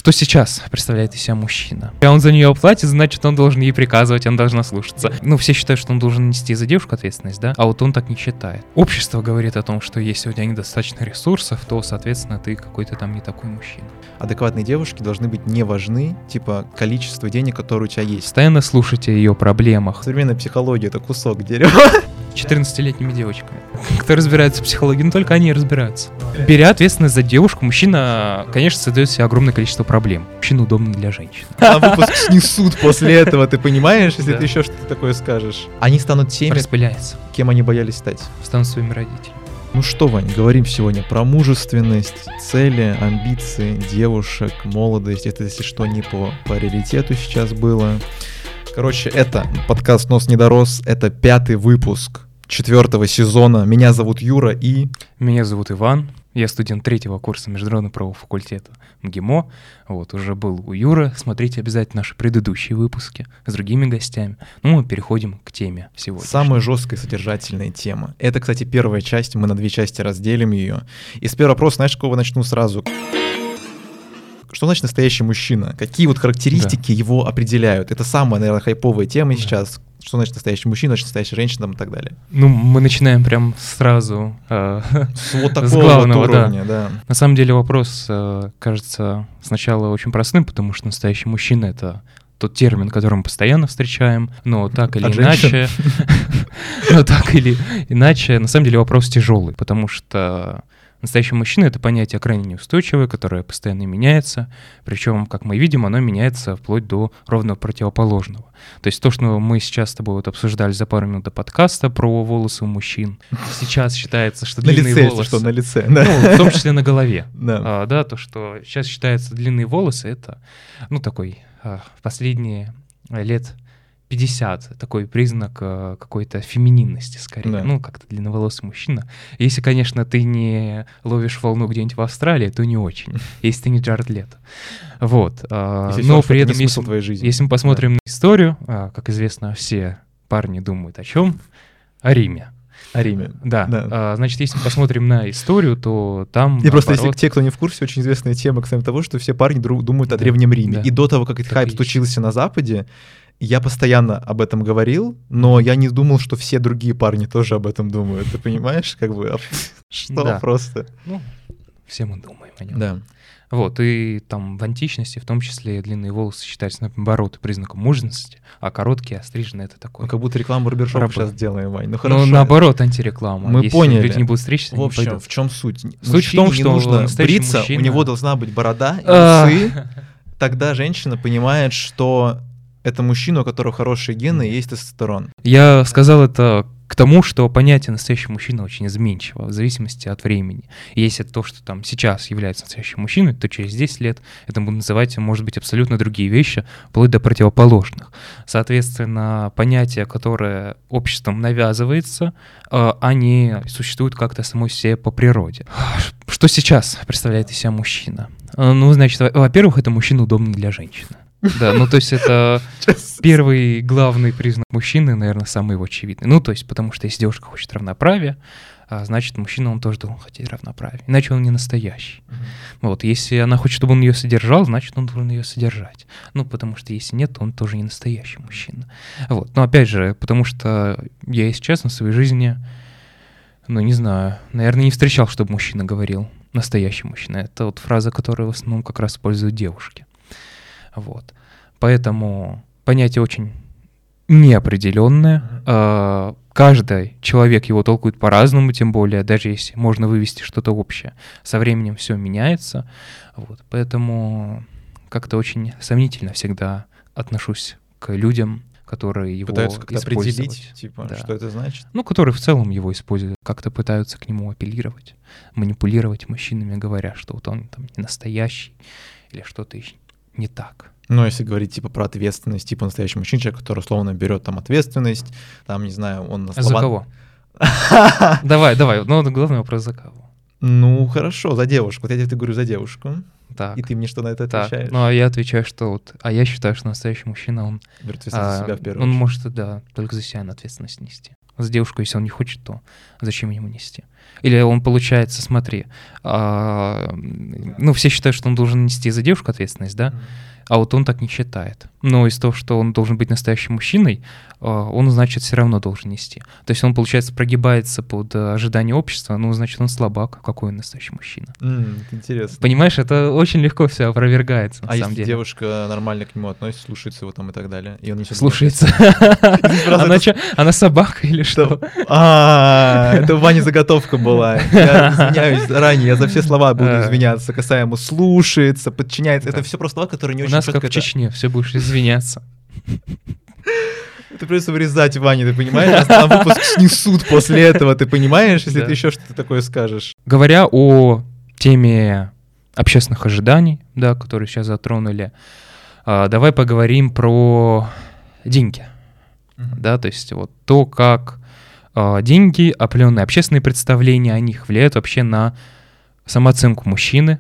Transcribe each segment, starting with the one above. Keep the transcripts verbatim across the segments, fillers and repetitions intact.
Что сейчас представляет из себя мужчина? Когда он за нее платит, значит, он должен ей приказывать, он должна слушаться. Ну, все считают, что он должен нести за девушку ответственность, да? А вот он так не считает. Общество говорит о том, что если у тебя недостаточно ресурсов, то, соответственно, ты какой-то там не такой мужчина. Адекватные девушки должны быть не важны, типа, количество денег, которые у тебя есть. Постоянно слушайте о ее проблемах. Современная психология — это кусок дерева. четырнадцатилетними девочками, кто разбирается в психологии, но только они разбираются. Беря ответственность за девушку, мужчина, конечно, создает себе огромное количество проблем. Мужчина удобный для женщин. А выпуск снесут после этого, ты понимаешь, если Да. ты еще что-то такое скажешь. Они станут теми, Распыляется. кем они боялись стать. Станут своими родителями. Ну что, Вань, говорим сегодня про мужественность, цели, амбиции, девушек, молодость. Это, если что, не по, по раритету сейчас было. Короче, это подкаст «Нос не дорос», это пятый выпуск четвертого сезона. Меня зовут Юра и... Меня зовут Иван, я студент третьего курса Международного правового факультета МГИМО. Вот, уже был у Юры, смотрите обязательно наши предыдущие выпуски с другими гостями. Ну, мы переходим к теме сегодня. Самая жесткая содержательная тема. Это, кстати, первая часть, мы на две части разделим ее. И с первого вопроса, знаешь, с какого начну сразу? Что значит настоящий мужчина? Какие вот характеристики да. его определяют? Это самая, наверное, хайповая тема да. сейчас. Что значит настоящий мужчина, значит настоящая женщина и так далее. Ну, мы начинаем прям сразу э, с вот такого с главного, вот уровня, да. да. На самом деле вопрос э, кажется сначала очень простым, потому что настоящий мужчина — это тот термин, который мы постоянно встречаем, но так или От иначе... Но так или иначе, на самом деле вопрос тяжелый, потому что... Настоящий мужчина — это понятие крайне неустойчивое, которое постоянно меняется, причем, как мы видим, оно меняется вплоть до ровно противоположного. То есть то, что мы сейчас с тобой вот обсуждали за пару минут до подкаста про волосы у мужчин, сейчас считается, что длинные на лице, волосы... что на лице, да. Ну, в том числе на голове. Да. А, да, то, что сейчас считается длинные волосы, это, ну, такой а, последние лет... пятьдесят, такой признак э, какой-то фемининности, скорее. Да. Ну, как-то длинноволосый мужчина. Если, конечно, ты не ловишь волну где-нибудь в Австралии, то не очень. Если ты не Джаред Лето. Вот. Э, если но все, при этом, если, если, жизни. если мы посмотрим да. на историю, э, как известно, все парни думают о чем? О Риме. О Риме. Да. да. А, значит, если мы посмотрим на историю, то там... И просто, если те, кто не в курсе, очень известная тема, кстати, того, что все парни друг, думают да. о Древнем Риме. Да. И до того, как этот хайп случился на Западе, я постоянно об этом говорил, но я не думал, что все другие парни тоже об этом думают. Ты понимаешь, как бы, что да. просто? Ну, все мы думаем о нем. Да. Вот, и там в античности, в том числе, длинные волосы считались, наоборот, признаком мужественности, а короткие, остриженные — это такое. Ну, как будто рекламу барбершопа сейчас делаем, Вань. Ну, хорошо. Ну, наоборот, антиреклама. Мы Если поняли. люди не будут стричься, в общем, не пойдут. в чем суть? Суть Мужчине в том, что не нужно бриться, мужчина... у него должна быть борода и усы. Тогда женщина понимает, что это мужчина, у которого хорошие гены и есть тестостерон. Я сказал это к тому, что понятие настоящего мужчины очень изменчиво в зависимости от времени. И если то, что там сейчас является настоящим мужчиной, то через десять лет это будут называть, может быть, абсолютно другие вещи, вплоть до противоположных. Соответственно, понятие, которое обществом навязывается, они существуют как-то самой себе по природе. Что сейчас представляет из себя мужчина? Ну, значит, во-первых, это мужчина удобный для женщины. Да, ну то есть это первый главный признак мужчины, наверное, самый его очевидный. Ну то есть потому что если девушка хочет равноправия, значит мужчина, он тоже должен хотеть равноправия, иначе он не настоящий. Mm-hmm. Вот, если она хочет, чтобы он ее содержал, значит он должен ее содержать. Ну потому что если нет, то он тоже не настоящий мужчина. Вот, но опять же, потому что я, если честно, в своей жизни, ну не знаю, наверное, не встречал, чтобы мужчина говорил «настоящий мужчина». Это вот фраза, которую в основном как раз используют девушки. Вот. Поэтому понятие очень неопределенное. Mm-hmm. Каждый человек его толкует по-разному, тем более, даже если можно вывести что-то общее. Со временем все меняется. Вот. Поэтому как-то очень сомнительно всегда отношусь к людям, которые его пытаются как-то использовать. Определить, типа, да. что это значит? Ну, которые в целом его используют, как-то пытаются к нему апеллировать, манипулировать мужчинами, говоря, что вот он там не настоящий или что-то еще не так. Ну, если говорить, типа, про ответственность, типа, настоящий мужчина, человек, который, условно, берет там ответственность, там, не знаю, он на слова... За кого? Давай, давай, ну, главный вопрос, за кого? Ну, хорошо, за девушку. Вот я тебе говорю за девушку, так. и ты мне что на это так. отвечаешь? Ну, а я отвечаю, что вот, а я считаю, что настоящий мужчина, он... Берет ответственность за себя в первую Он очередь. может, да, только за себя на ответственность нести. за девушку, если он не хочет, то зачем ему нести? Или он, получается, смотри, а, ну, все считают, что он должен нести за девушку ответственность, да? А вот он так не считает. Но из того, что он должен быть настоящим мужчиной, он, значит, все равно должен нести. То есть он, получается, прогибается под ожидание общества, ну, значит, он слабак. Какой он настоящий мужчина? Mm, интересно. Понимаешь, это очень легко все опровергается, на а самом если деле. девушка нормально к нему относится, слушается его там и так далее, и он несет... Слушается. Она собака или что? А, это у Вани заготовка была. Я извиняюсь заранее, я за все слова буду извиняться, касаемо слушается, подчиняется. Это все просто слова, которые не очень... У нас как в Чечне, все будешь извиняться. Ты придется вырезать, Ваня, ты понимаешь? Там выпуск снесут после этого, ты понимаешь, если да. ты еще что-то такое скажешь. Говоря о теме общественных ожиданий, да, которые сейчас затронули, давай поговорим про деньги. Mm-hmm. Да, то есть вот то, как деньги, определенные общественные представления о них влияют вообще на самооценку мужчины,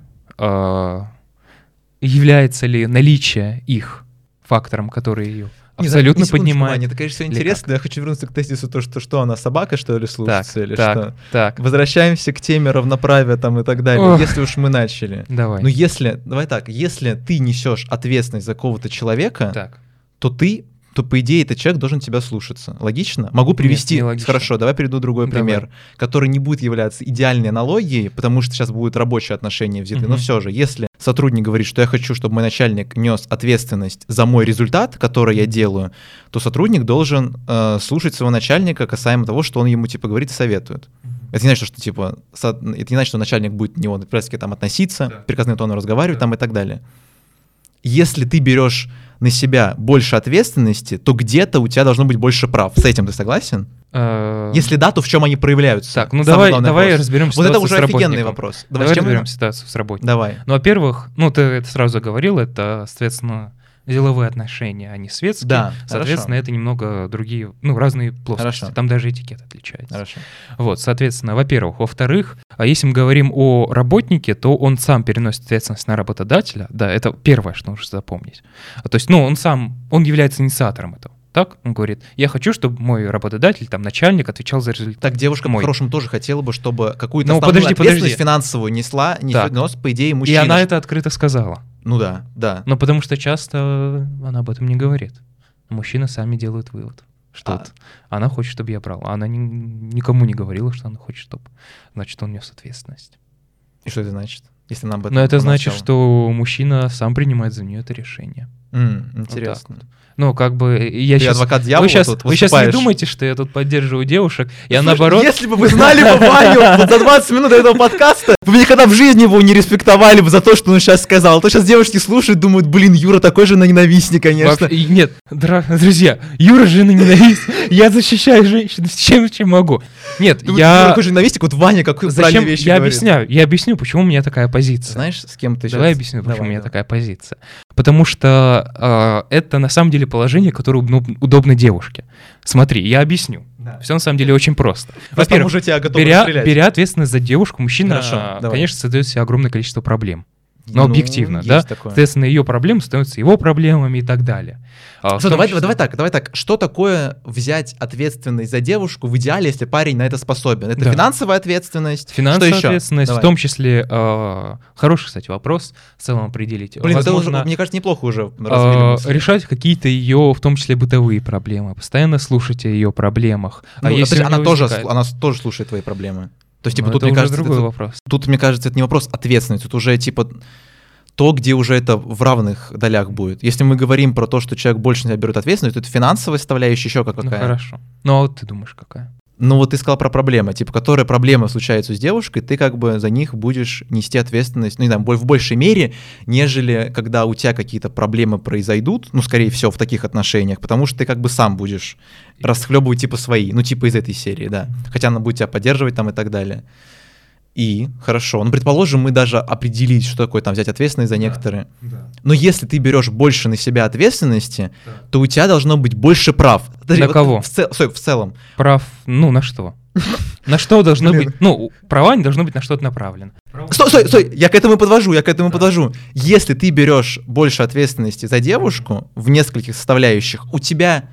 является ли наличие их фактором, который ее абсолютно не знаю, не поднимает. Ваня, это, конечно, все интересно, но я хочу вернуться к тезису, то, что что, она собака, что ли, слушается, так, или так, что? Так. Возвращаемся к теме равноправия там и так далее, Ох. если уж мы начали. Давай. Ну если, давай так, если ты несешь ответственность за какого-то человека, так. то ты, то по идее этот человек должен тебя слушаться. Логично? Могу привести, Нет, не хорошо, давай приведу другой давай. пример, который не будет являться идеальной аналогией, потому что сейчас будут рабочие отношения взяты, угу. но все же, если сотрудник говорит, что я хочу, чтобы мой начальник нес ответственность за мой результат, который я делаю, то сотрудник должен э, слушать своего начальника касаемо того, что он ему типа говорит и советует. Это не значит, что типа, со, это не значит, что начальник будет к нему там относиться, да. приказным тоном разговаривать да. там и так далее. Если ты берешь на себя больше ответственности, то где-то у тебя должно быть больше прав. С этим ты согласен? Если да, то в чем они проявляются? Так, ну давай, давай разберем ситуацию. Вот это уже офигенный вопрос. Давай, давай разберем ситуацию с работником. Давай. Ну, во-первых, ну ты это сразу говорил, это, соответственно, деловые отношения, они светские. Да, соответственно, хорошо. это немного другие, ну, разные плоскости. Хорошо. Там даже этикет отличается. Хорошо. Вот, соответственно, во-первых. Во-вторых, а если мы говорим о работнике, то он сам переносит ответственность на работодателя. Да, это первое, что нужно запомнить. То есть, ну, он сам, он является инициатором этого. Так, он говорит, я хочу, чтобы мой работодатель, там, начальник отвечал за результат. Так девушка мой. по-хорошему тоже хотела бы, чтобы какую-то ну, основную подожди, ответственность подожди. финансовую несла, несет, нес, по идее, мужчина. И она это открыто сказала. Ну да, да. Но потому что часто она об этом не говорит. Мужчины сами делают вывод, что а. вот она хочет, чтобы я брал. А она ни, никому не говорила, что она хочет, чтобы, значит, он нес ответственность. И что это значит? Если она об этом Но это помолчала? значит, что мужчина сам принимает за нее это решение. Mm, интересно. Вот ну, как бы, я Ты сейчас... адвокат дьявола вы сейчас, тут вы сейчас не думаете, что я тут поддерживаю девушек, я Слушай, наоборот... Если бы вы знали бы Ваню вот за двадцать минут до этого подкаста, вы бы никогда в жизни его не респектовали бы за то, что он сейчас сказал. А то сейчас девушки слушают, думают, блин, Юра такой же ненавистник, конечно. Вообще, нет, друзья, Юра же ненавистник, я защищаю женщин чем, чем могу. Нет, Ты я... Юра такой же ненавистник, вот Ваня какой правильные вещи я говорит. объясняю, я объясню, почему у меня такая позиция. Знаешь, с кем ты сейчас... Давай объясню, почему Давай, у меня давай. такая позиция. Потому что э, это на самом деле положение, которое удобно девушке. Смотри, я объясню. Да. Все на самом деле очень просто. Во-первых, уже тебя готовы беря, расстрелять. беря ответственность за девушку, мужчина, Хорошо, конечно, создает себе огромное количество проблем. Но ну, объективно, да? Такое. Соответственно, ее проблемы становятся его проблемами и так далее. А, что, давай, числе... давай так, давай так. Что такое взять ответственность за девушку в идеале, если парень на это способен? Это да. финансовая ответственность? Финансовая что еще? ответственность, Давай. в том числе, э, хороший, кстати, вопрос, в целом определить. Блин, возможно, это уже, мне кажется, неплохо уже э, решать какие-то ее, в том числе, бытовые проблемы, постоянно слушать о ее проблемах. Ну, а если она, тоже, возникает... она тоже слушает твои проблемы. То есть, типа, ну, тут, это мне уже кажется, другой это, вопрос. Тут, мне кажется, это не вопрос ответственности, тут уже, типа... то, где уже это в равных долях будет. Если мы говорим про то, что человек больше на себя берет ответственность, то это финансовая составляющая еще какая. Ну хорошо. Ну а вот ты думаешь, какая? Ну вот ты сказал про проблемы, типа, которые проблемы случаются с девушкой, ты как бы за них будешь нести ответственность, ну не знаю, в большей мере, нежели когда у тебя какие-то проблемы произойдут, ну скорее всего в таких отношениях, потому что ты как бы сам будешь расхлебывать типа свои, ну типа из этой серии, да. Хотя она будет тебя поддерживать там и так далее. И, хорошо, ну, предположим, мы даже определить, что такое там взять ответственность за некоторые. Да, да. Но если ты берешь больше на себя ответственности, да. то у тебя должно быть больше прав. На кого? В, цел, в целом. Прав, ну, на что? На что должно быть? Ну, права не должно быть на что-то направлено. Стой, стой, стой, я к этому подвожу, я к этому подвожу. Если ты берешь больше ответственности за девушку в нескольких составляющих, у тебя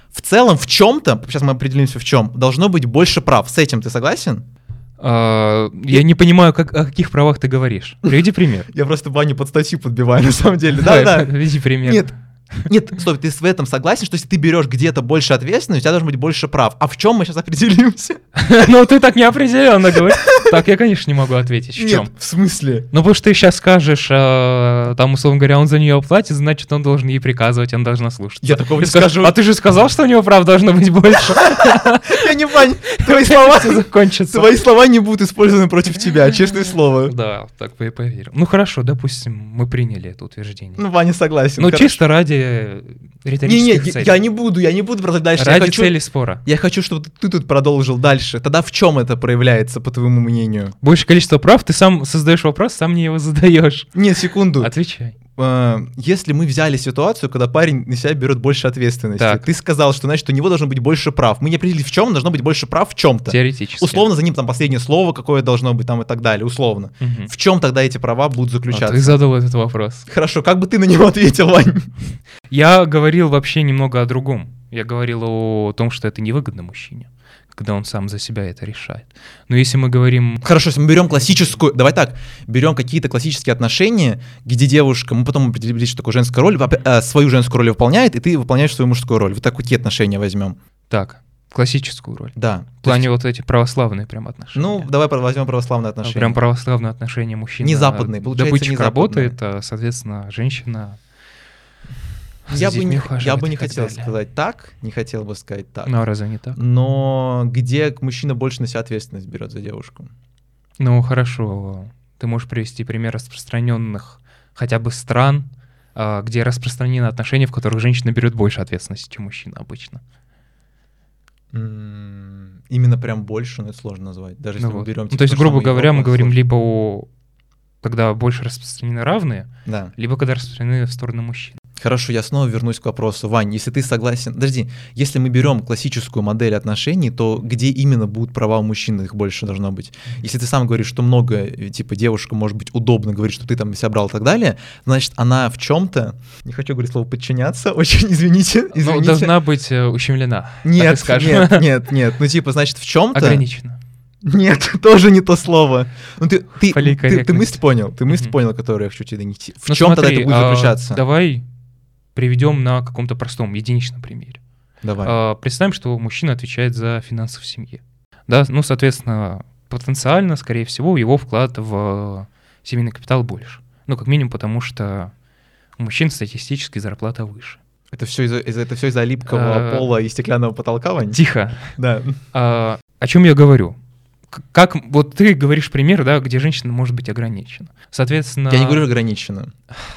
в целом в чем-то, сейчас мы определимся в чем, должно быть больше прав. С этим ты согласен? А, я не понимаю, как, о каких правах ты говоришь. Приведи пример. Я просто Ваню под статью подбиваю, на самом деле. Давай, Да, да. Приведи пример. Нет, нет, стоп, ты в этом согласен, что если ты берешь где-то больше ответственности, у тебя должно быть больше прав. А в чем мы сейчас определимся? Ну, ты так неопределенно говоришь. Так, я, конечно, не могу ответить. В чем? Нет, в смысле? Ну, потому что ты сейчас скажешь, а, там, условно говоря, он за нее платит, значит, он должен ей приказывать, она должна слушаться. Я такого не Ты скажешь, скажу. А ты же сказал, что у него прав должно быть больше. Я не понял. Твои слова, Всё закончится. твои слова не будут использованы против тебя, честное слово. Да, так бы я поверил. Ну, хорошо, допустим, мы приняли это утверждение. Ну, Ваня согласен. Ну, хорошо. чисто ради риторических Не-не, целей. я не буду, я не буду продолжать дальше. Я Ради хочу- цели спора. Я хочу, чтобы ты тут продолжил дальше. Тогда в чем это проявляется, по твоему мнению? Больше количество прав, ты сам создаешь вопрос, сам мне его задаешь. Нет, секунду. Отвечай. Э, Если мы взяли ситуацию, когда парень на себя берет больше ответственности, Так. ты сказал, что значит у него должно быть больше прав. Мы не определили, в чем должно быть больше прав в чем-то. Теоретически. Условно за ним там последнее слово какое должно быть там и так далее, условно. Мгм. В чем тогда эти права будут А, заключаться? ты задал этот вопрос. Хорошо, как бы ты на него ответил, Вань? Я говорил вообще немного о другом. Я говорил о том, что это невыгодно мужчине, когда он сам за себя это решает. Но если мы говорим... Хорошо, если мы берем классическую, давай так, берем какие-то классические отношения, где девушка, мы потом определили, что такое женская роль, воп- э, свою женскую роль выполняет, и ты выполняешь свою мужскую роль. Вот так какие отношения возьмем? Так, классическую роль. Да. В плане вот эти православные прям отношения. Ну, давай про- возьмем православные А, отношения. Прям православные отношения мужчины. Не западные, получается, Добытчик не западные. работает, а, соответственно, женщина... Я за бы детьми не, ухаживает я бы и не так хотел далее. сказать так, не хотел бы сказать так. Ну, а разве не так? Но где мужчина больше на себя ответственность берет за девушку? Ну, хорошо. Ты можешь привести пример распространенных хотя бы стран, а, где распространены отношения, в которых женщина берет больше ответственности, чем мужчина обычно. М, Именно прям больше, но это сложно назвать. Даже Ну если мы вот. берем... Ну, типа, то есть, ту же грубо самую говоря, мы Европу, говорим сложно. либо о... когда больше распространены равные, Да. либо когда распространены в сторону мужчин. Хорошо, я снова вернусь к вопросу. Вань, если ты согласен... Подожди, если мы берем классическую модель отношений, то где именно будут права у мужчин, их больше должно быть? Если ты сам говоришь, что много, э, типа, девушка может быть удобно говорить, что ты там себя брал и так далее, значит, она в чем-то, не хочу говорить слово подчиняться, очень извините, Ну, извините. должна быть э, ущемлена. так и Нет, скажем. нет, нет, нет. Ну, типа, значит, в чем-то... Ограничена. Нет, тоже не то слово. Ну, ты, ты, ты, Политкорректность. ты мысль понял, ты мысль Мгм. понял, которую я хочу тебе донести. В Ну, чем тогда смотри, это будет а, заключаться? Давай приведем на каком-то простом, единичном примере. Давай. А, Представим, что мужчина отвечает за финансы в семье. Да, ну, соответственно, потенциально, скорее всего, его вклад в семейный капитал больше. Ну, как минимум, потому что у мужчин статистически зарплата выше. Это все из-за, из-за- это все из-за липкого А, пола и стеклянного потолка, Вань? Тихо. Да. А, о чем я говорю? К- Как вот ты говоришь пример, да, где женщина может быть ограничена. Соответственно. Я не говорю ограниченно.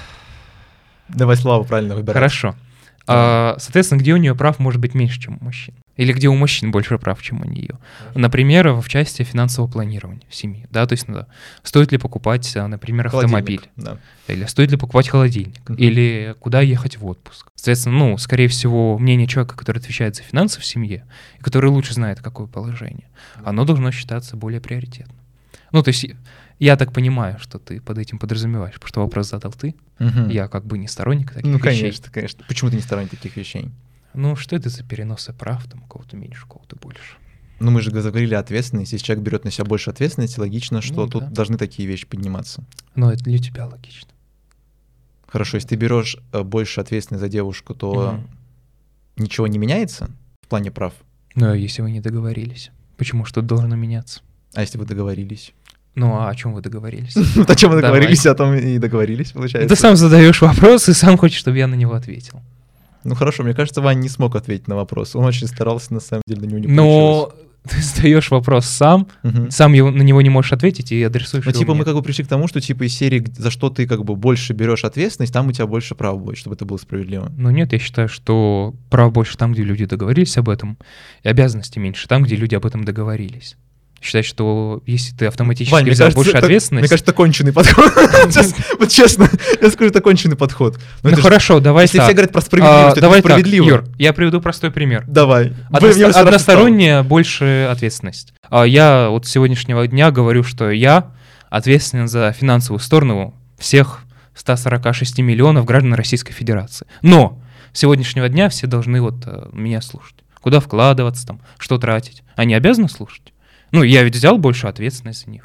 Давай слова правильно выбирай. Хорошо. А, соответственно, где у нее прав может быть меньше, чем у мужчин? Или где у мужчин больше прав, чем у нее? Например, в части финансового планирования в семье. Да, то есть, ну, да, стоит ли покупать, а, например, автомобиль? Холодильник, да. Или стоит ли покупать холодильник? Мгм. Или куда ехать в отпуск? Соответственно, ну, скорее всего, мнение человека, который отвечает за финансы в семье, и который лучше знает, какое положение, оно должно считаться более приоритетным. Ну, то есть, я так понимаю, что ты под этим подразумеваешь, потому что вопрос задал ты. Мгм. Я как бы не сторонник таких Ну, вещей. конечно, конечно. Почему ты не сторонник таких вещей? Ну, что это за переносы прав, там, у кого-то меньше, у кого-то больше? Ну, мы же говорили о ответственности. Если человек берет на себя больше ответственности, логично, что Ну, тут да. должны такие вещи подниматься. Но это для тебя логично. Хорошо, если ты берешь э, больше ответственности за девушку, то Мгм. ничего не меняется в плане прав? Ну, а если вы не договорились, почему что-то должно меняться? А если вы договорились? Ну, а о чем вы договорились? Вот о чем мы Давай. договорились, о том и договорились, получается. Ты сам задаешь вопрос и сам хочешь, чтобы я на него ответил. Ну хорошо, мне кажется, Ваня не смог ответить на вопрос. Он очень старался, на самом деле, на него не Но ты задаешь вопрос сам, получилось. Мгм. сам его, на него не можешь ответить и адресуешь Ну, его типа, мне. мы как бы пришли к тому, что, типа, из серии, г- за что ты, как бы, больше берешь ответственность, там у тебя больше прав будет, чтобы это было справедливо. Ну нет, я считаю, что прав больше там, где люди договорились об этом, и обязанности меньше там, где люди об этом договорились. Считаю, что если ты автоматически Вань, мне взял кажется, больше это- ответственности... Мне кажется, это конченый подход. Сейчас, Вот честно, я скажу, это конченый подход. Но Ну это же- хорошо, давай Если так. все говорят про А, справедливость, это давай так, справедливо. Юр, я приведу простой пример. Давай. Односто- Вы мне сразу Односторонняя больше ответственность. А Я вот с сегодняшнего дня говорю, что я ответственен за финансовую сторону всех ста сорока шести миллионов граждан Российской Федерации. Но с сегодняшнего дня все должны вот э, меня слушать. Куда вкладываться, там, что тратить. Они обязаны слушать. Ну, я ведь взял большую ответственность за них.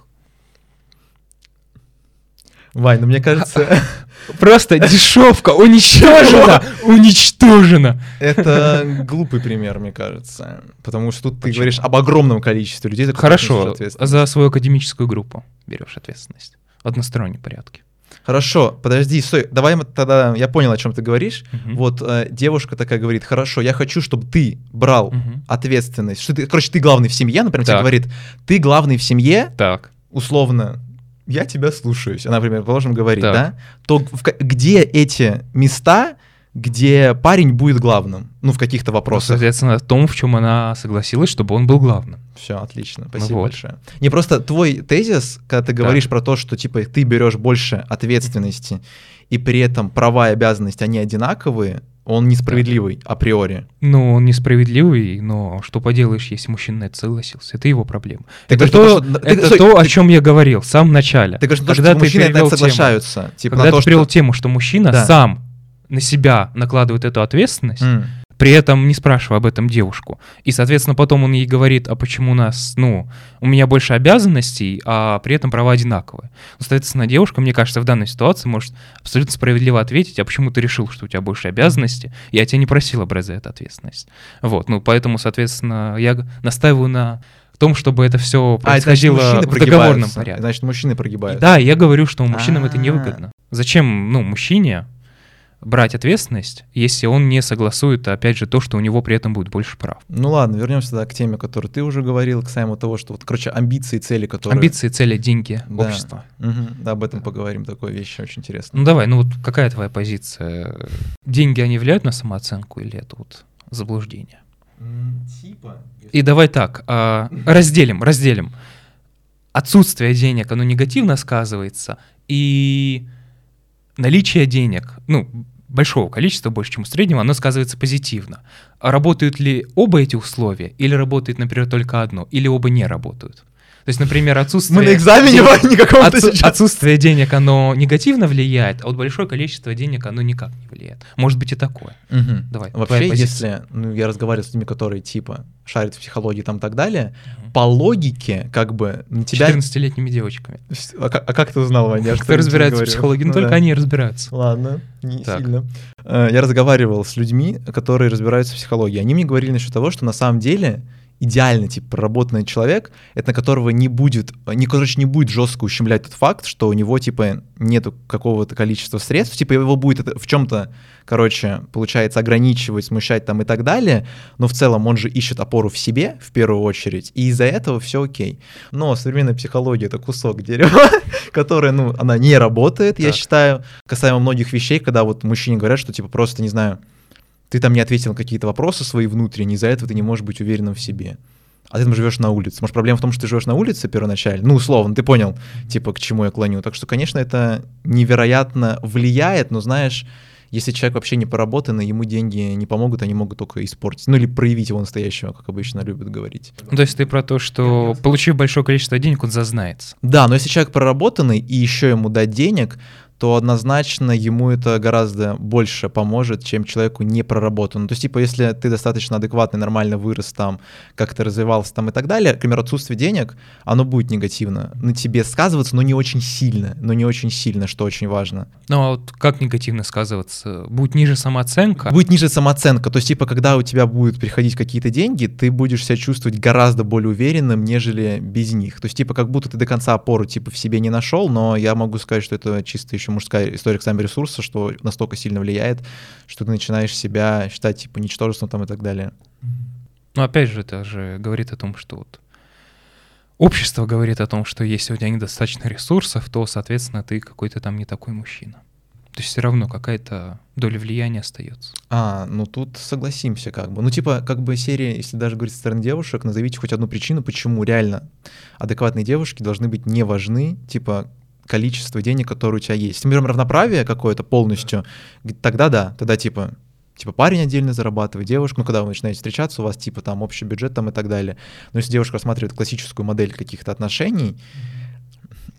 Вань, ну мне кажется... Просто дешевка уничтожена! Уничтожена! Это глупый пример, мне кажется. Потому что тут ты говоришь об огромном количестве людей. Хорошо, за свою академическую группу берешь ответственность. В одностороннем порядке. Хорошо, подожди, стой, давай мы тогда, я понял, о чем ты говоришь. Uh-huh. Вот э, девушка такая говорит, хорошо, я хочу, чтобы ты брал uh-huh. ответственность. Что ты, короче, ты главный в семье, например, тебе говорит, ты главный в семье, так. условно, я тебя слушаюсь, она, например, положим, говорит, так. да, то в, где эти места, где парень будет главным, ну, в каких-то вопросах? Ну, соответственно, в том, в чем она согласилась, чтобы он был главным. Все, отлично, спасибо ну вот. большое. Не просто твой тезис, когда ты говоришь так. про то, что типа ты берешь больше ответственности, и при этом права и обязанности, они одинаковые, он несправедливый да. априори. Ну, он несправедливый, но что поделаешь, если мужчина на это согласился? Это его проблема. Ты это говоришь, то, что, это ты, то ты, о чем я говорил в самом начале. Ты говоришь, когда что мужчины на это соглашаются. Тему, типа когда на то, ты привел что... тему, что мужчина да. сам на себя накладывает эту ответственность, mm. при этом не спрашивая об этом девушку. И, соответственно, потом он ей говорит, а почему у нас, ну, у меня больше обязанностей, а при этом права одинаковые. Ну, соответственно, девушка, мне кажется, в данной ситуации может абсолютно справедливо ответить, а почему ты решил, что у тебя больше обязанностей, я тебя не просила брать за это ответственность. Вот, ну, поэтому, соответственно, я настаиваю на том, чтобы это все происходило а, значит, в договорном порядке. Значит, мужчины прогибаются. Да, я говорю, что мужчинам А-а-а. это невыгодно. Зачем, ну, мужчине брать ответственность, если он не согласует, опять же, то, что у него при этом будет больше прав. Ну ладно, вернемся тогда к теме, о которой ты уже говорил, касаемо того, что, вот, короче, амбиции, цели, которые... Амбиции, цели, деньги, да. общество. Угу. Да, об этом поговорим, такая вещь очень интересная. Ну давай, ну вот какая твоя позиция? Деньги, они влияют на самооценку или это вот заблуждение? Типа... И давай так, а, разделим, разделим. Отсутствие денег, оно негативно сказывается, и... наличие денег, ну, большого количества, больше, чем у среднего, оно сказывается позитивно. А работают ли оба эти условия, или работает, например, только одно, или оба не работают? То есть, например, отсутствие... Мы на экзамене никакого отсу... Отсутствие денег, оно негативно влияет, а вот большое количество денег, оно никак не влияет. Может быть и такое. Угу. Давай, вообще, если ну, я разговариваю с людьми, которые типа шарят в психологии там и так далее, угу. по логике, как бы на тебя... четырнадцатилетними девочками. А, а как ты узнал, Ваня? Кто разбирается в психологии? Ну, ну только да. они разбираются. Ладно, не так. сильно. Я разговаривал с людьми, которые разбираются в психологии. Они мне говорили насчет того, что на самом деле... идеальный, типа, проработанный человек, это на которого не будет, не, короче, не будет жестко ущемлять тот факт, что у него, типа, нету какого-то количества средств, типа, его будет это в чем-то, короче, получается, ограничивать, смущать там и так далее, но в целом он же ищет опору в себе, в первую очередь, и из-за этого все окей. Но современная психология — это кусок дерева, которая, ну, она не работает, я считаю, касаемо многих вещей, когда вот мужчине говорят, что, типа, просто, не знаю, ты там не ответил на какие-то вопросы свои внутренние, из-за этого ты не можешь быть уверенным в себе. А ты там живешь на улице. Может, проблема в том, что ты живешь на улице первоначально? Ну, условно, ты понял, типа, к чему я клоню. Так что, конечно, это невероятно влияет, но, знаешь, если человек вообще не поработанный, ему деньги не помогут, они могут только испортить. Ну, или проявить его настоящего, как обычно любят говорить. Ну, то есть ты про то, что, получив большое количество денег, он зазнается. Да, но если человек проработанный, и еще ему дать денег, то однозначно ему это гораздо больше поможет, чем человеку не проработанному. То есть, типа, если ты достаточно адекватный, нормально вырос там, как ты развивался там и так далее, например, отсутствие денег, оно будет негативно на тебе сказываться, но не очень сильно, но не очень сильно, что очень важно. Ну, а вот как негативно сказываться? Будет ниже самооценка? Будет ниже самооценка. То есть, типа, когда у тебя будут приходить какие-то деньги, ты будешь себя чувствовать гораздо более уверенным, нежели без них. То есть, типа, как будто ты до конца опору, типа, в себе не нашел, но я могу сказать, что это чисто еще мужская история сами ресурса, что настолько сильно влияет, что ты начинаешь себя считать типа ничтожеством там и так далее. Ну, опять же, это же говорит о том, что вот общество говорит о том, что если у тебя недостаточно ресурсов, то, соответственно, ты какой-то там не такой мужчина. То есть все равно какая-то доля влияния остается. А, ну тут согласимся как бы. Ну типа как бы серия, если даже говорить со стороны девушек, назовите хоть одну причину, почему реально адекватные девушки должны быть не важны, типа количество денег, которое у тебя есть. Если мы берем равноправие какое-то полностью, тогда да, тогда типа, типа парень отдельно зарабатывает, девушка, ну когда вы начинаете встречаться, у вас типа там общий бюджет там и так далее. Но если девушка рассматривает классическую модель каких-то отношений,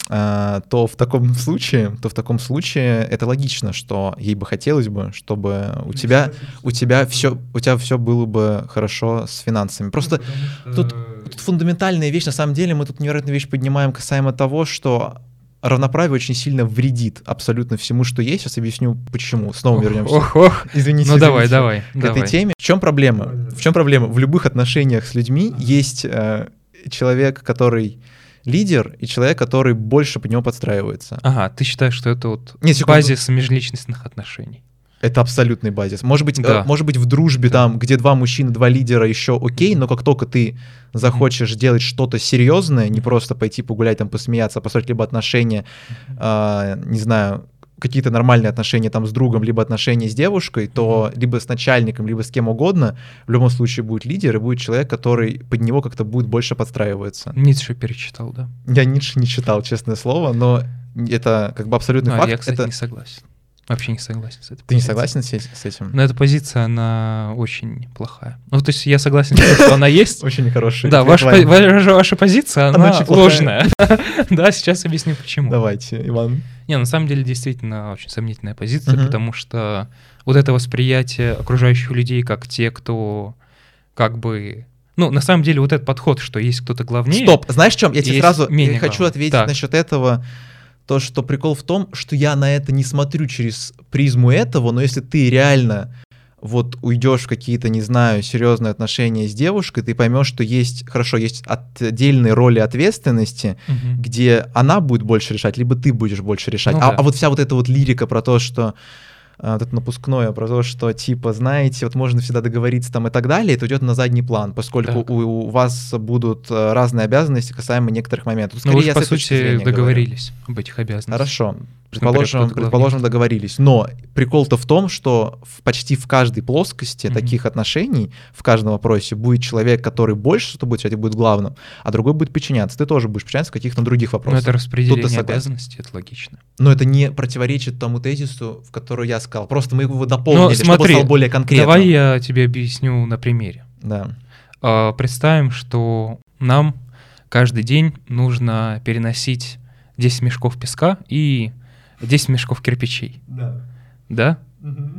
а, то в таком случае, то в таком случае это логично, что ей бы хотелось бы, чтобы у тебя, у тебя все, у тебя все было бы хорошо с финансами. Просто ну, что... тут, тут фундаментальная вещь, на самом деле, мы тут невероятную вещь поднимаем касаемо того, что равноправие очень сильно вредит абсолютно всему, что есть. Сейчас объясню, почему. Снова вернемся. Ох, ох. Извините, ну извините, давай, давай, к давай. этой теме. В чем проблема? В чем проблема? В любых отношениях с людьми есть э, человек, который лидер, и человек, который больше под него подстраивается. Ага, ты считаешь, что это вот Нет, базис межличностных отношений? Это абсолютный базис. Может быть, да. э, может быть в дружбе, да. там, где два мужчины, два лидера, еще окей, но как только ты захочешь mm-hmm. делать что-то серьезное, не просто пойти погулять, там, посмеяться, построить либо отношения, mm-hmm. э, не знаю, какие-то нормальные отношения там с другом, либо отношения с девушкой, то mm-hmm. либо с начальником, либо с кем угодно, в любом случае будет лидер и будет человек, который под него как-то будет больше подстраиваться. Ницше перечитал, да? Я Ницше не читал, честное слово, но это как бы абсолютный а, факт. Я, кстати, это... не согласен. Вообще не согласен с этой Ты позицией. не согласен с, с этим? Но эта позиция, она очень плохая. Ну, то есть я согласен с тем, что она есть. Очень хорошая. Да, ваша позиция, она ложная. Да, сейчас объясню, почему. Давайте, Иван. Не, на самом деле, действительно, очень сомнительная позиция, потому что вот это восприятие окружающих людей как те, кто как бы... Ну, на самом деле, вот этот подход, что есть кто-то главнее... Стоп, знаешь, в чем? Я тебе сразу хочу ответить так. насчет этого. То, что прикол в том, что я на это не смотрю через призму этого, но если ты реально вот уйдешь в какие-то, не знаю, серьезные отношения с девушкой, ты поймешь, что есть, хорошо, есть отдельные роли ответственности, угу. где она будет больше решать, либо ты будешь больше решать. Ну, а, да. а вот вся вот эта вот лирика про то, что вот это напускное, про то, что, типа, знаете, вот можно всегда договориться там и так далее, это уйдет на задний план, поскольку у, у вас будут разные обязанности касаемо некоторых моментов. Ну, вы же, по сути, договорились говорю. об этих обязанностях. Хорошо. Предположим, предположим, договорились. Но прикол-то в том, что в, почти в каждой плоскости mm-hmm. таких отношений, в каждом вопросе будет человек, который больше что будет решать и будет главным, а другой будет подчиняться. Ты тоже будешь подчиняться в каких-то других вопросах. Но это распределение обязанностей, это логично. Но это не противоречит тому тезису, в который я сказал. Просто мы его дополнили, смотри, чтобы стал более конкретным. Давай я тебе объясню на примере. Да. А, представим, что нам каждый день нужно переносить десять мешков песка и десять мешков кирпичей. Да. Да? Угу.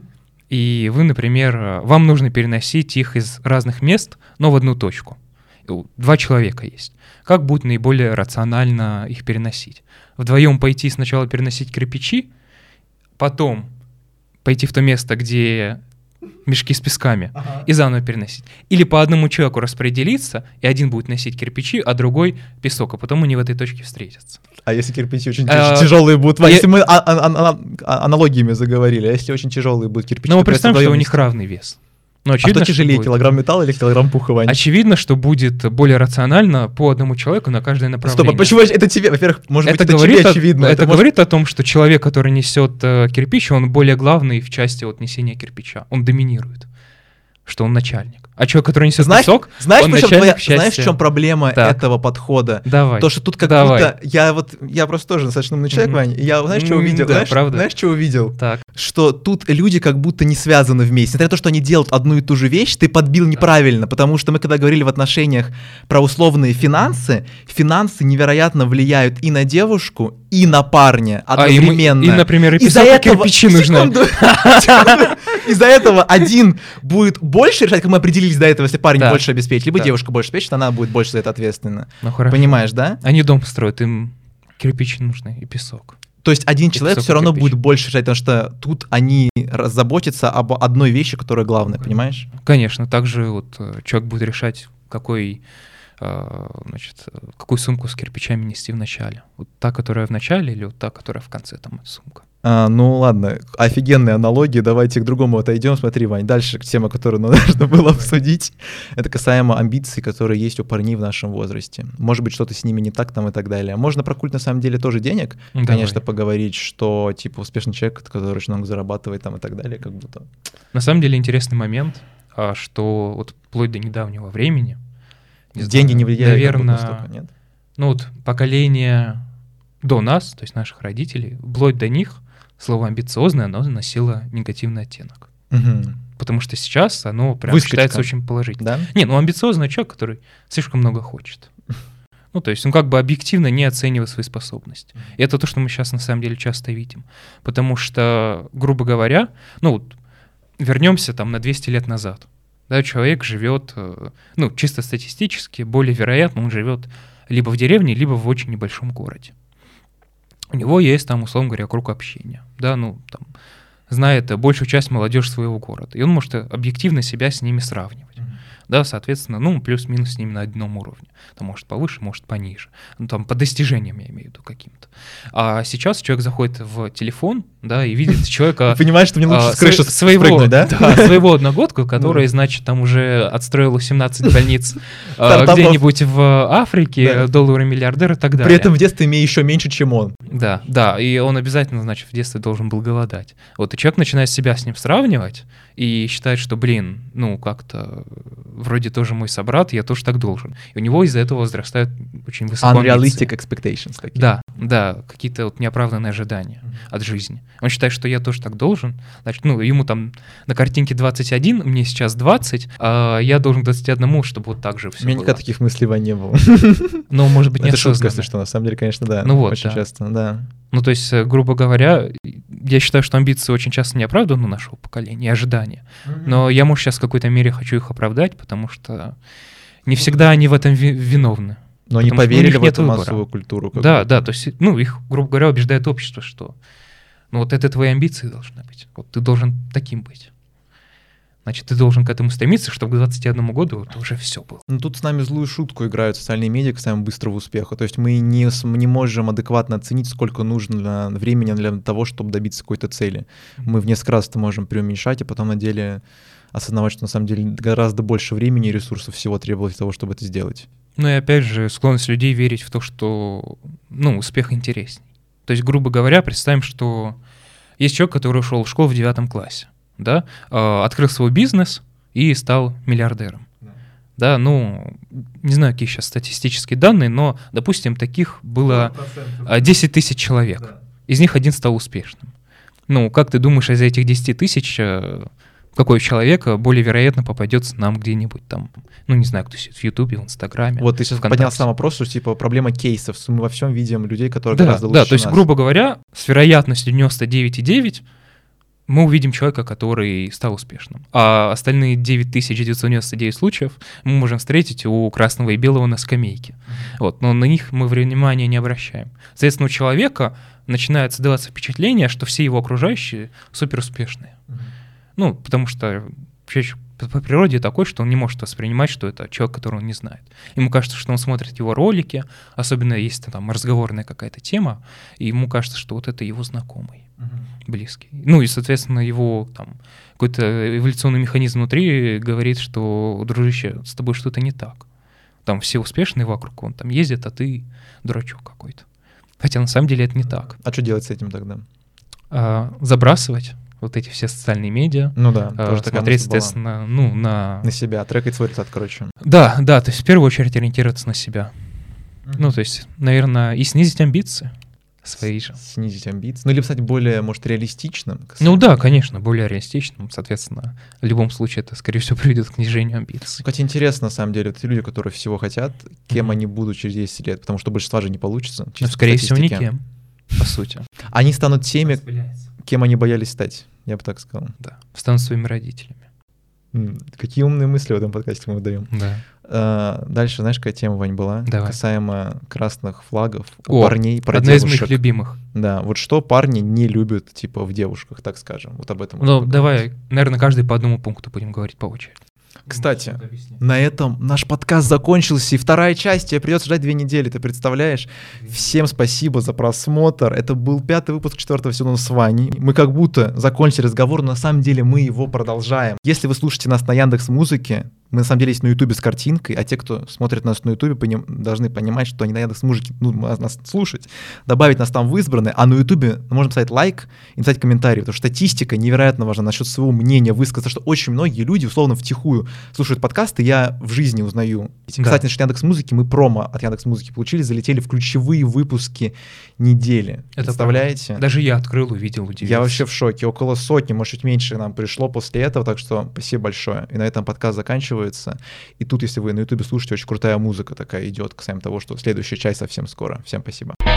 И вы, например, вам нужно переносить их из разных мест, но в одну точку. Два человека есть. Как будет наиболее рационально их переносить? Вдвоем пойти сначала переносить кирпичи, потом пойти в то место, где мешки с песками, ага. и заново переносить. Или по одному человеку распределиться, и один будет носить кирпичи, а другой песок, а потом они в этой точке встретятся. А если кирпичи очень а, тяжелые будут? Я... Если мы а- а- а- аналогиями заговорили, а если очень тяжелые будут кирпичи? Ну, мы представим, что у них равный вес. Но очевидно, а что тяжелее, что килограмм металла или килограмм пуха, Вань? Очевидно, что будет более рационально по одному человеку на каждое направление. Стоп, а почему это тебе? Во-первых, может это быть, это говорит тебе о, очевидно. Это, это говорит может... о том, что человек, который несет э, кирпич, он более главный в части вот, несения кирпича. Он доминирует, что он начальник. А человек, который несет знаешь, песок, знаешь, он начальник твоя, в части... Знаешь, в чем проблема так. этого подхода? Давай. То, что тут как Давай. будто... Я вот, я просто тоже достаточно умный человек, mm-hmm. Вань. Я, знаешь, что увидел? Да, знаешь, правда. знаешь, что увидел? Так. Что тут люди как будто не связаны вместе. Несмотря на то, что они делают одну и ту же вещь, ты подбил неправильно, потому что мы когда говорили в отношениях про условные финансы, финансы невероятно влияют и на девушку, и на парня одновременно. А, и, мы, и, например, и песок, и кирпичи нужны. Из-за этого один будет больше решать, как мы определились до этого, если парень да. больше обеспечит, либо да. девушка больше обеспечит, она будет больше за это ответственна. Ну, хорошо. Понимаешь, да? Они дом строят, им кирпичи нужны и песок. То есть один и человек все равно кирпич. будет больше решать, потому что тут они заботятся об одной вещи, которая главная, понимаешь? Конечно, также вот человек будет решать, какой, значит, какую сумку с кирпичами нести в начале. Вот та, которая в начале, или вот та, которая в конце, там, сумка. А, ну ладно, офигенные аналогии, давайте к другому отойдем. Смотри, Вань, дальше тема, которую нужно было обсудить, это касаемо амбиций, которые есть у парней в нашем возрасте. Может быть, что-то с ними не так там и так далее. Можно про культ на самом деле тоже денег, Давай. конечно, поговорить, что типа успешный человек, который очень много зарабатывает там и так далее, как будто. На самом деле интересный момент, что вот вплоть до недавнего времени не деньги знаю, не влияют, наверное, настолько, нет? Ну вот поколение до нас, то есть наших родителей, вплоть до них слово «амбициозное», оно носило негативный оттенок. Угу. Потому что сейчас оно прям Выскочка. считается очень положительным. Да? Не, ну амбициозный человек, который слишком много хочет. Ну, то есть он как бы объективно не оценивает свои способности. И это то, что мы сейчас на самом деле часто видим. Потому что, грубо говоря, ну, вот, вернемся там на двести лет назад. Да, человек живет, ну, чисто статистически, более вероятно, он живет либо в деревне, либо в очень небольшом городе. У него есть там, условно говоря, круг общения. Да, ну, там, знает большую часть молодежи своего города. И он может объективно себя с ними сравнивать. Да, соответственно, ну, плюс-минус с ними на одном уровне. Там, может, повыше, может, пониже. Ну, там, по достижениям, я имею в виду, каким-то. А сейчас человек заходит в телефон, да, и видит человека... Понимаешь, что мне лучше с крыши спрыгнуть, да? Да, своего одногодку, который, значит, там уже отстроил семнадцать больниц где-нибудь в Африке, доллары-миллиардер и так далее. При этом в детстве имея еще меньше, чем он. Да, да, и он обязательно, значит, в детстве должен был голодать. Вот, и человек начинает себя с ним сравнивать и считает, что, блин, ну, как-то... вроде тоже мой собрат, я тоже так должен. И у него из-за этого возрастают очень высокие амбиции. Unrealistic expectations какие-то. Да, да, какие-то вот неоправданные ожидания mm-hmm. от жизни. Он считает, что я тоже так должен. Значит, ну, ему там на картинке двадцать один, мне сейчас двадцать, а я должен к двадцати одному, чтобы вот так же все было. У меня никогда таких мыслей не было. Ну, может быть, не это шутка, осознанно. если что, на самом деле, конечно, да. Ну вот, очень да. часто, да. Ну, то есть, грубо говоря, я считаю, что амбиции очень часто не оправданы у нашего поколения, и ожидания. Mm-hmm. Но я, может, сейчас в какой-то мере хочу их оправдать, потому что не всегда они в этом ви- виновны. Но они поверили в эту массовую культуру. Да, да, то есть, ну, их, грубо говоря, убеждает общество, что ну вот это твои амбиции должны быть. Вот ты должен таким быть. Значит, ты должен к этому стремиться, чтобы к двадцати одному году это уже все было. Ну, тут с нами злую шутку играют социальные медиа касаемо быстрого успеха. То есть мы не, не можем адекватно оценить, сколько нужно времени для того, чтобы добиться какой-то цели. Мы в несколько раз это можем преуменьшать, а потом на деле осознавать, что на самом деле гораздо больше времени и ресурсов всего требовалось для того, чтобы это сделать. Ну и опять же, склонность людей верить в то, что ну, успех интересней. То есть, грубо говоря, представим, что есть человек, который ушел в школу в девятом классе. Да, э, открыл свой бизнес и стал миллиардером. Да. да, ну, не знаю, какие сейчас статистические данные, но, допустим, таких было десять тысяч человек. Да. Из них один стал успешным. Ну, как ты думаешь, из этих десяти тысяч э, какой человек более вероятно попадется нам где-нибудь там, ну, не знаю, кто сидит в Ютубе, в Инстаграме. Вот ты сейчас ВКонтакте. Поднял сам вопрос, что типа проблема кейсов. Мы во всем видим людей, которые да, гораздо лучше Да, то есть, нас. грубо говоря, с вероятностью девяносто девять целых девять десятых мы увидим человека, который стал успешным. А остальные девять тысяч девятьсот девяносто девять случаев мы можем встретить у красного и белого на скамейке. Mm-hmm. Вот, но на них мы внимания не обращаем. Соответственно, у человека начинает создаваться впечатление, что все его окружающие суперуспешные. Mm-hmm. Ну, потому что вообще по природе такой, что он не может воспринимать, что это человек, которого он не знает. Ему кажется, что он смотрит его ролики, особенно если там разговорная какая-то тема, и ему кажется, что вот это его знакомый. Близкий. Ну и, соответственно, его там какой-то эволюционный механизм внутри говорит, что, дружище, с тобой что-то не так. Там все успешные вокруг, он там ездит, а ты дурачок какой-то. Хотя на самом деле это не так. А что делать с этим тогда? А, забрасывать вот эти все социальные медиа. Ну да. А, смотреть, соответственно, ну, на... На себя, трекать свой результат, короче. Да, да, то есть в первую очередь ориентироваться на себя. Mm-hmm. Ну, то есть, наверное, и снизить амбиции. Свои же. Снизить амбиции. Ну, или стать более, может, реалистичным. Ну да, конечно, более реалистичным. Соответственно, в любом случае это, скорее всего, приведет к снижению амбиций. Хотя интересно, на самом деле, это люди, которые всего хотят, кем mm-hmm. они будут через десять лет, потому что большинства же не получится. Ну, скорее всего, никем, по сути. Они станут теми, кем они боялись стать, я бы так сказал. Да, станут своими родителями. М-м, какие умные мысли в этом подкасте мы выдаем. Да. Uh, дальше, знаешь, какая тема, Вань, была? Давай. Касаемо красных флагов у О, парней про одна девушек. из моих любимых. Да, вот что парни не любят, типа, в девушках, так скажем. Вот об этом. Ну, давай, наверное, каждый по одному пункту будем говорить по очереди. Кстати, на этом наш подкаст закончился, и вторая часть, тебе придется ждать две недели, ты представляешь? Всем спасибо за просмотр, это был пятый выпуск четвертого сезона с Ваней. Мы как будто закончили разговор, но на самом деле мы его продолжаем. Если вы слушаете нас на Яндекс.Музыке, мы на самом деле есть на Ютубе с картинкой, а те, кто смотрит нас на Ютубе, поним, должны понимать, что они на Яндекс.Музыке ну, нас слушать, добавить нас там в избранные, а на Ютубе можно поставить лайк и написать комментарий, потому что статистика невероятно важна насчет своего мнения высказаться, что очень многие люди условно втихую слушают подкасты, я в жизни узнаю. Да. Кстати, насчет Яндекс.Музыки, мы промо от Яндекс.Музыки получили, залетели в ключевые выпуски недели. Это представляете? Правда. Даже я открыл, увидел, удивился. Я вообще в шоке. Около сотни, может, чуть меньше нам пришло после этого, так что спасибо большое. И на этом подкаст заканчивается. заканчивается. И тут, если вы на Ютубе слушаете, очень крутая музыка такая идет, касаемо того, что следующая часть совсем скоро. Всем спасибо.